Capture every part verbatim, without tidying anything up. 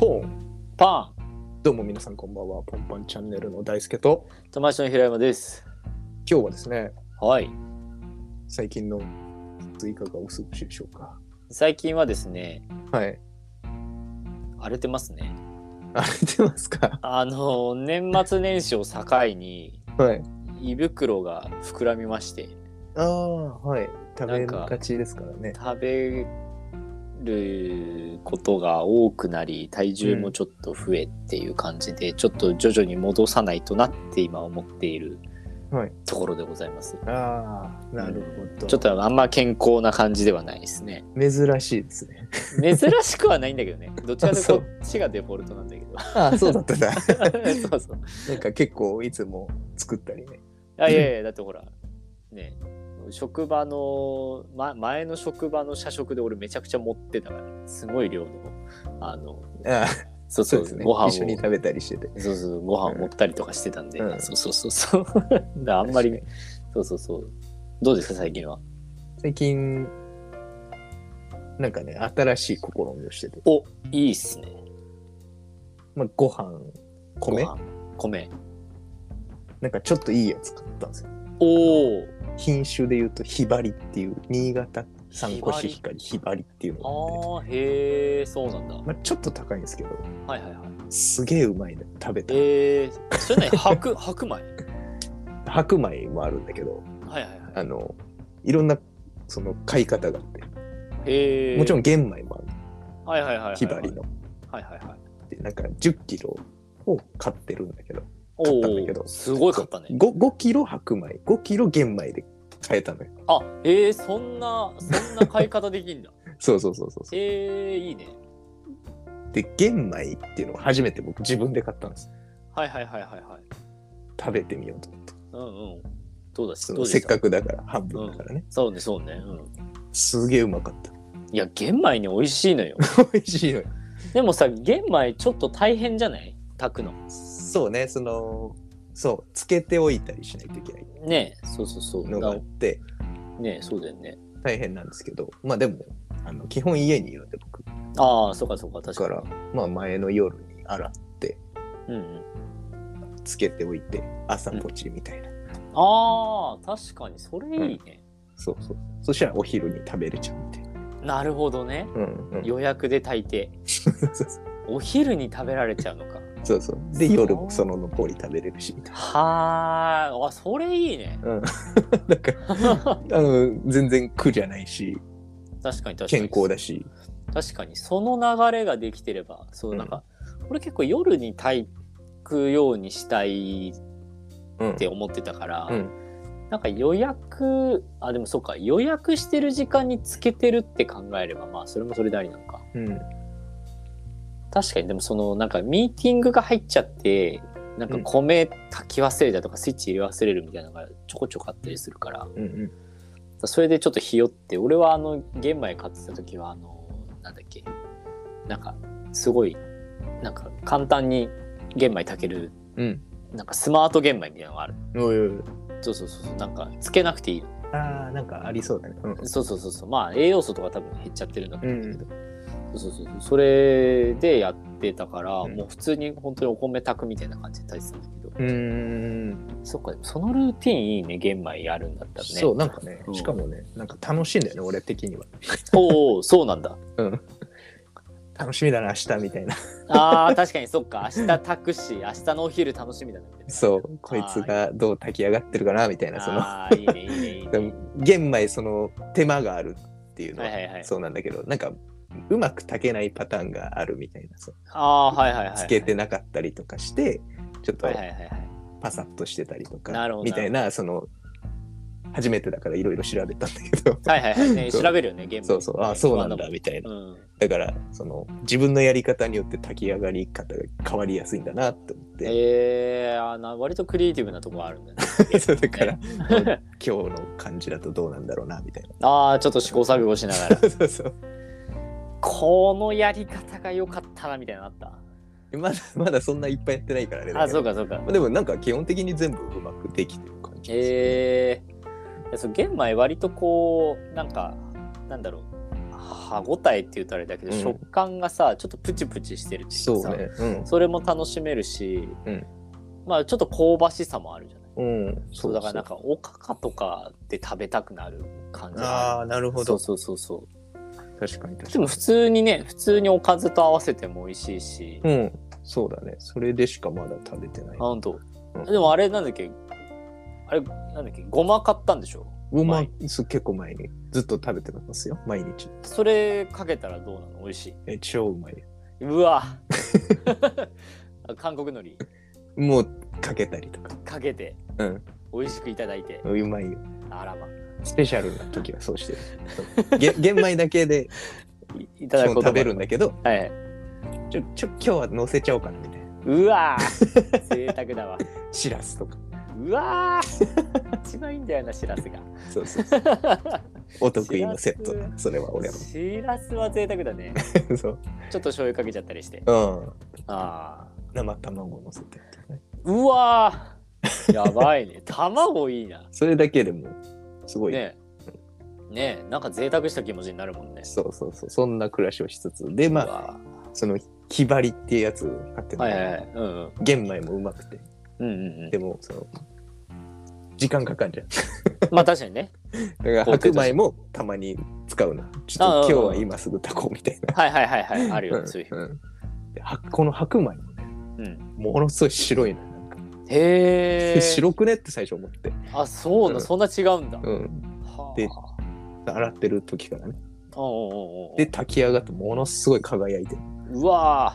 ポンパどうも皆さんこんばんは。ポンパンチャンネルの大輔と、 ン友達の平山です。 今日はですね、 はい。 最近のいかがお過ごしでしょうか。 最近はですね、 はい。 荒れてますね。 荒れてますか。 あの年末年始を境にはい。 胃袋が膨らみまして、 ああ、はい。食べがちですからね。 食べることが多くなり、体重もちょっと増えっていう感じで、うん、ちょっと徐々に戻さないとなって今思っているところでございます。 はい、ああ、なるほど。 ちょっとあんま健康な感じではないですね。 珍しいですね。 珍しくはないんだけどね。どっちかというとこっちがデフォルトなんだけど。 ああ、そうだったんだ。 そうそう。 なんか結構いつも作ったりね。 あ、いやいや、だってほら、ね、職場の、ま、前の職場の社食で俺めちゃくちゃ持ってたから、すごい量の、あの、 ああ、 そうそう、そうですね、ご飯を一緒に食べたりしてて。 そうそう、ご飯を持ったりとかしてたんで、 うん、 そうそうそうそう。だあんまり、そうそうそう。どうですか、最近は。 最近、なんかね、新しい試みをしてて。 お、いいっすね。 まあ、ご飯、米米。 なんかちょっといいやつ買ったんですよ。 おお。 品種で言うとひばりっていう新潟産コシヒカリひばりっていうのがあって、あへえ、そうなんだ。 まあ、ちょっと高いんですけど、 はいはいはい。 すげえうまいね、食べた。 えー、それね、白白米。 白米もあるんだけど、 はいはいはい。 あのいろんなその買い方があって、 へもちろん玄米もある。 はいはいはいはい。 ひばりの。 はいはいはい。 でなんかじゅっキロを買ってるんだけど、買ったんだけど、 すごい買ったね。 ご, ごキロ白米、ごキロ玄米で買えたのよ。 あ、えー、そんなそんな買い方できんだ。 そうそうそうそう。 えー、いいね。 で玄米っていうのを初めて僕自分で買ったんです。 はいはいはいはいはい。 食べてみようと思って。 うんうん。どうだし、 どうせっかくだから半分だからね。 うん、そうねそうね。うん。 すげえうまかった。 いや玄米に美味しいのよ。 美味しいのよ。 でもさ玄米ちょっと大変じゃない？炊くの。 そうね、そのそうつけておいたりしないといけないねえ、そうそうそうのがあってねえ、そうだよね。 大変なんですけど、まあでもあの基本家にいるんで僕。 ああ、そうかそうか、確かに。 だからまあ前の夜に洗って、うんうん、つけておいて朝ポチみたいな。うん、 ああ、確かにそれいいね、 うん。そうそう。そしたらお昼に食べれちゃうみたいな。 なるほどね。うんうん、予約で炊いてお昼に食べられちゃうのか。 そうそう。で夜もその残り食べれるしみたいな。 はあ、それいいね。 うん。だからあの全然苦じゃないし、 確かに確かに健康だし。 確かにその流れができてれば、そう、なんか、うん、俺結構夜に炊くようにしたいって思ってたから、うんうん、なんか予約、あでもそうか、予約してる時間につけてるって考えれば、まあそれもそれでありなのか。うん、確かに。でもそのなんかミーティングが入っちゃって、なんか米炊き忘れたとかスイッチ入れ忘れるみたいなのがちょこちょこあったりするから、うんうん、それでちょっとひよって、俺はあの玄米買ってた時はあのなんだっけ、なんかすごいなんか簡単に玄米炊ける、うん、なんかスマート玄米みたいなのがある。おいおいおい、そうそうそう、なんかつけなくていい。 あー、なんかありそうだね、うん、 そうそうそうそう。まあ栄養素とか多分減っちゃってるんだと思うんだけど、うん、そうそうそう、それでやってたから、うん、もう普通に本当にお米炊くみたいな感じで炊いてたんだけど、うーん、そっか、そのルーティンいいね、玄米やるんだったらね。 そう、なんかね、しかもね、なんか楽しいんだよね、俺的には。 おお、そうなんだ。うん。 楽しみだな、明日みたいな。 ああ、確かにそっか、明日炊くし、明日のお昼楽しみだなみたいな。 そう、こいつがどう炊き上がってるかなみたいな、その。 ああ、いいねいいねいいね。 玄米その手間があるっていうのはそうなんだけど、はいはいはい、なんかうまく炊けないパターンがあるみたいな。そう、 あー、はいはいはいはい、 つけてなかったりとかしてちょっとパサッとしてたりとかみたいな、その初めてだからいろいろ調べたんだけど、 はいはいはい、ね、調べるよね、玄米。 そうそう、あ、そうなんだみたいな、うん、だからその自分のやり方によって炊き上がり方が変わりやすいんだなって思って。 えー、あな割とクリエイティブなところあるんだね。 そうだから今日の感じだとどうなんだろうなみたいな。ああ、ちょっと試行錯誤しながら。そうそう、このやり方が良かったなみたいなのあった？ まだまだそんないっぱいやってないからね。 あ、そうかそうか。 でもなんか基本的に全部うまくできてる感じですね。 えー、そう玄米割とこうなんかなんだろう、 歯ごたえって言うとあれだけど、うん、食感がさちょっとプチプチしてるっていうかさ、 そうね、うん、 それも楽しめるし、うん、まあちょっと香ばしさもあるじゃない。うん、そうだからなんかおかかとかで食べたくなる感じ。 ああ、なるほど。 そうそうそうそう。 確かに確かに。 でも普通にね、普通におかずと合わせても美味しいし。 うん、そうだね。それでしかまだ食べてない。 あ、ほんと。うん、でもあれなんだっけ、あれなんだっけ、ごま買ったんでしょ。 ごま結構前にずっと食べてますよ、毎日。 それかけたらどうなの？美味しい。 え、超うまい。 うわ。韓国海苔。 もうかけたりとか。 かけて。うん。美味しくいただいて。 うまいよ。 あらま。 スペシャルな時はそうしてる。げ玄米だけでいただくこと食べるんだけど、はい。ちょちょ今日は乗せちゃおうかなみたいな。 うわー。贅沢だわ。 しらすとか。 うわー。一番いいんだよな、しらすが。 そうそうそう。お得意のセットだ。それは俺は。 しらすは贅沢だね。そう。ちょっと醤油かけちゃったりして。 うん。ああ。生卵乗せて、 ね。うわー。やばいね。卵いいな。 それだけでもすごいね。ねえ、なんか贅沢した気持ちになるもんね。 そうそうそう。そんな暮らしをしつつ。で、まあ、そのひばりっていうやつを買ってるの。はいはいはい。うんうん。玄米もうまくて。うんうんうん。でも、その、時間かかんじゃん。 まあ確かにね。 だから白米もたまに使うな。ちょっと今日は今すぐ炊こうみたいな。 はいはいはいはい。あるよ、そういう。うん、 この白米もね、うん、ものすごい白いの。 へえ。 白くねって最初思って。 あ、そうな、うん、そんな違うんだ。うん。 で、洗ってる時からね。で、炊き上がってものすごい輝いて。 うわ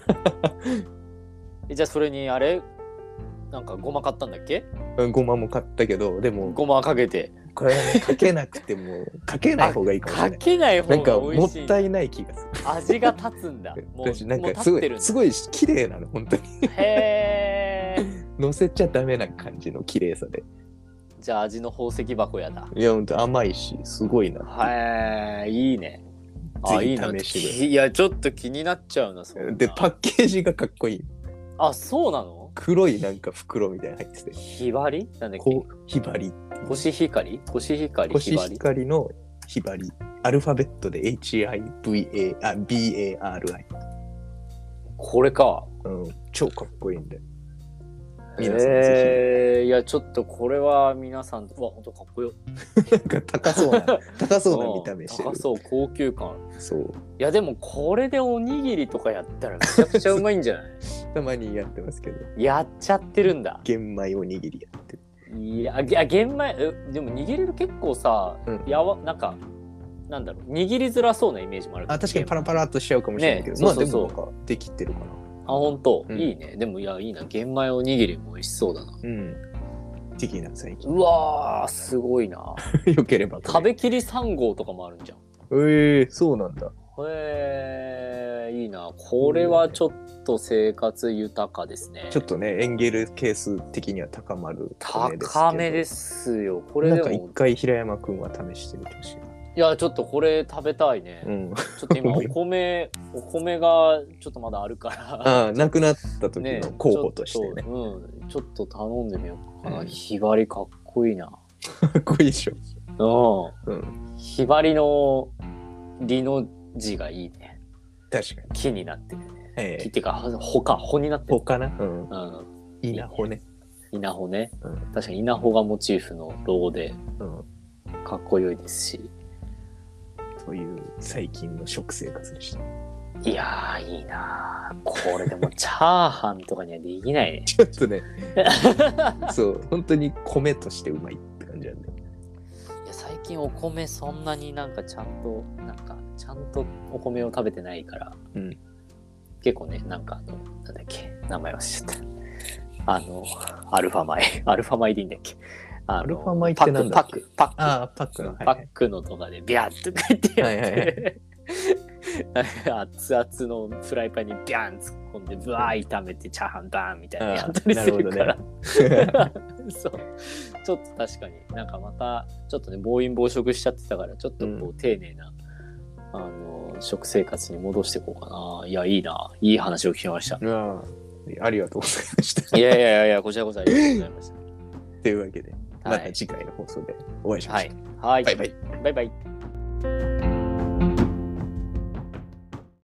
ー。じゃあそれにあれなんかごま買ったんだっけ？ うん、ごまも買ったけど、でもごまかけて。 これね、かけなくてもかけない方がいいかもしれない。 かけない方が美味しい。 なんかもったいない気がする。 味が立つんだ。もうなんかすごいすごい綺麗なの本当に。 へー。 乗せちゃダメな感じの綺麗さで。 じゃあ味の宝石箱やだ。 いや本当甘いしすごいな。 へー、いいね。あ、いいな。いやちょっと気になっちゃうな。そでパッケージがかっこいい。 あ、そうなの？ 黒いなんか袋みたいな入ってて。 ひばり？なんだっけ？ ひばり。 コシヒカリ？コシヒカリ？ コシヒカリのひばり。アルファベットで エイチアイブイエー、あ、ビーエーアールアイ。 これか。 うん。超かっこいいんで。 皆さんぜひ。いや、ちょっとこれは皆さん、うわ、ほんとかっこよ。 なんか高そうな、高そうな見た目してる。 高そう、高級感。 そう。 いや、でもこれでおにぎりとかやったらめちゃくちゃうまいんじゃない？ たまにやってますけど。 やっちゃってるんだ。 玄米おにぎりやってる。 いや、いや玄米、でも握れる結構さ、うん、やわ、なんか、なんだろう、握りづらそうなイメージもある。 あ、確かにパラパラっとしちゃうかもしれないけど、ね、まあでもなんかできてるかな。 あ、ほんと、うん、いいね。でもいや、いいな。玄米おにぎりも美味しそうだな。 うん。できな最近。 うわー、すごいな。 よければ。 食べきりさん号とかもあるんじゃん。 ええー、そうなんだ。 へえー、いいな。これはちょっと生活豊かですね。 ちょっとね、エンゲル係数的には高まる高めですよ。これでもなんか一回平山くんは試してみてほしい。 いや、ちょっとこれ食べたいね。うん、ちょっと今お米お米がちょっとまだあるからああ、なくなった時の候補としてね。 ね、うん、ちょっと頼んでみようかな。うん、ひばりかっこいいな。かっこいいでしょ。 うん。うん、ひばりのりの字がいいね。 確かに。 木になってるね。ええ、木っていうか穂か穂になってる。 穂かな。うん。うん。稲穂ね。 稲穂ね。うん、確かに稲穂がモチーフのロゴで、うん、かっこよいですし。 という最近の食生活でした。 いやーいいなー。これでもチャーハンとかにはできないね。 ちょっとね。そう本当に米としてうまいって感じなんで。いや最近お米そんなになんかちゃんとなんかちゃんとお米を食べてないから、うん、結構ねなんかあのなんだっけ名前忘れちゃった。あのアルファ米アルファ米でいいんだっけ。 アルファ米ってなんだっけ？ パック、パック、 ああ、パックの、 パックのとかでビャーッとか言ってやって、はいはいはい、熱々のフライパンにビャーン突っ込んでブワー炒めてチャーハンバーンみたいなやったりするから、ね、そうちょっと確かになんかまたちょっとね暴飲暴食しちゃってたからちょっとこう、うん、丁寧なあの食生活に戻していこうかな。いやいいないい話を聞きました。 あ, ありがとうございました。 いやいやいやこちらこそありがとうございました。 というわけでまた次回の放送でお会いしましょう。 はい、はい、 バイバイ。 バイバイ。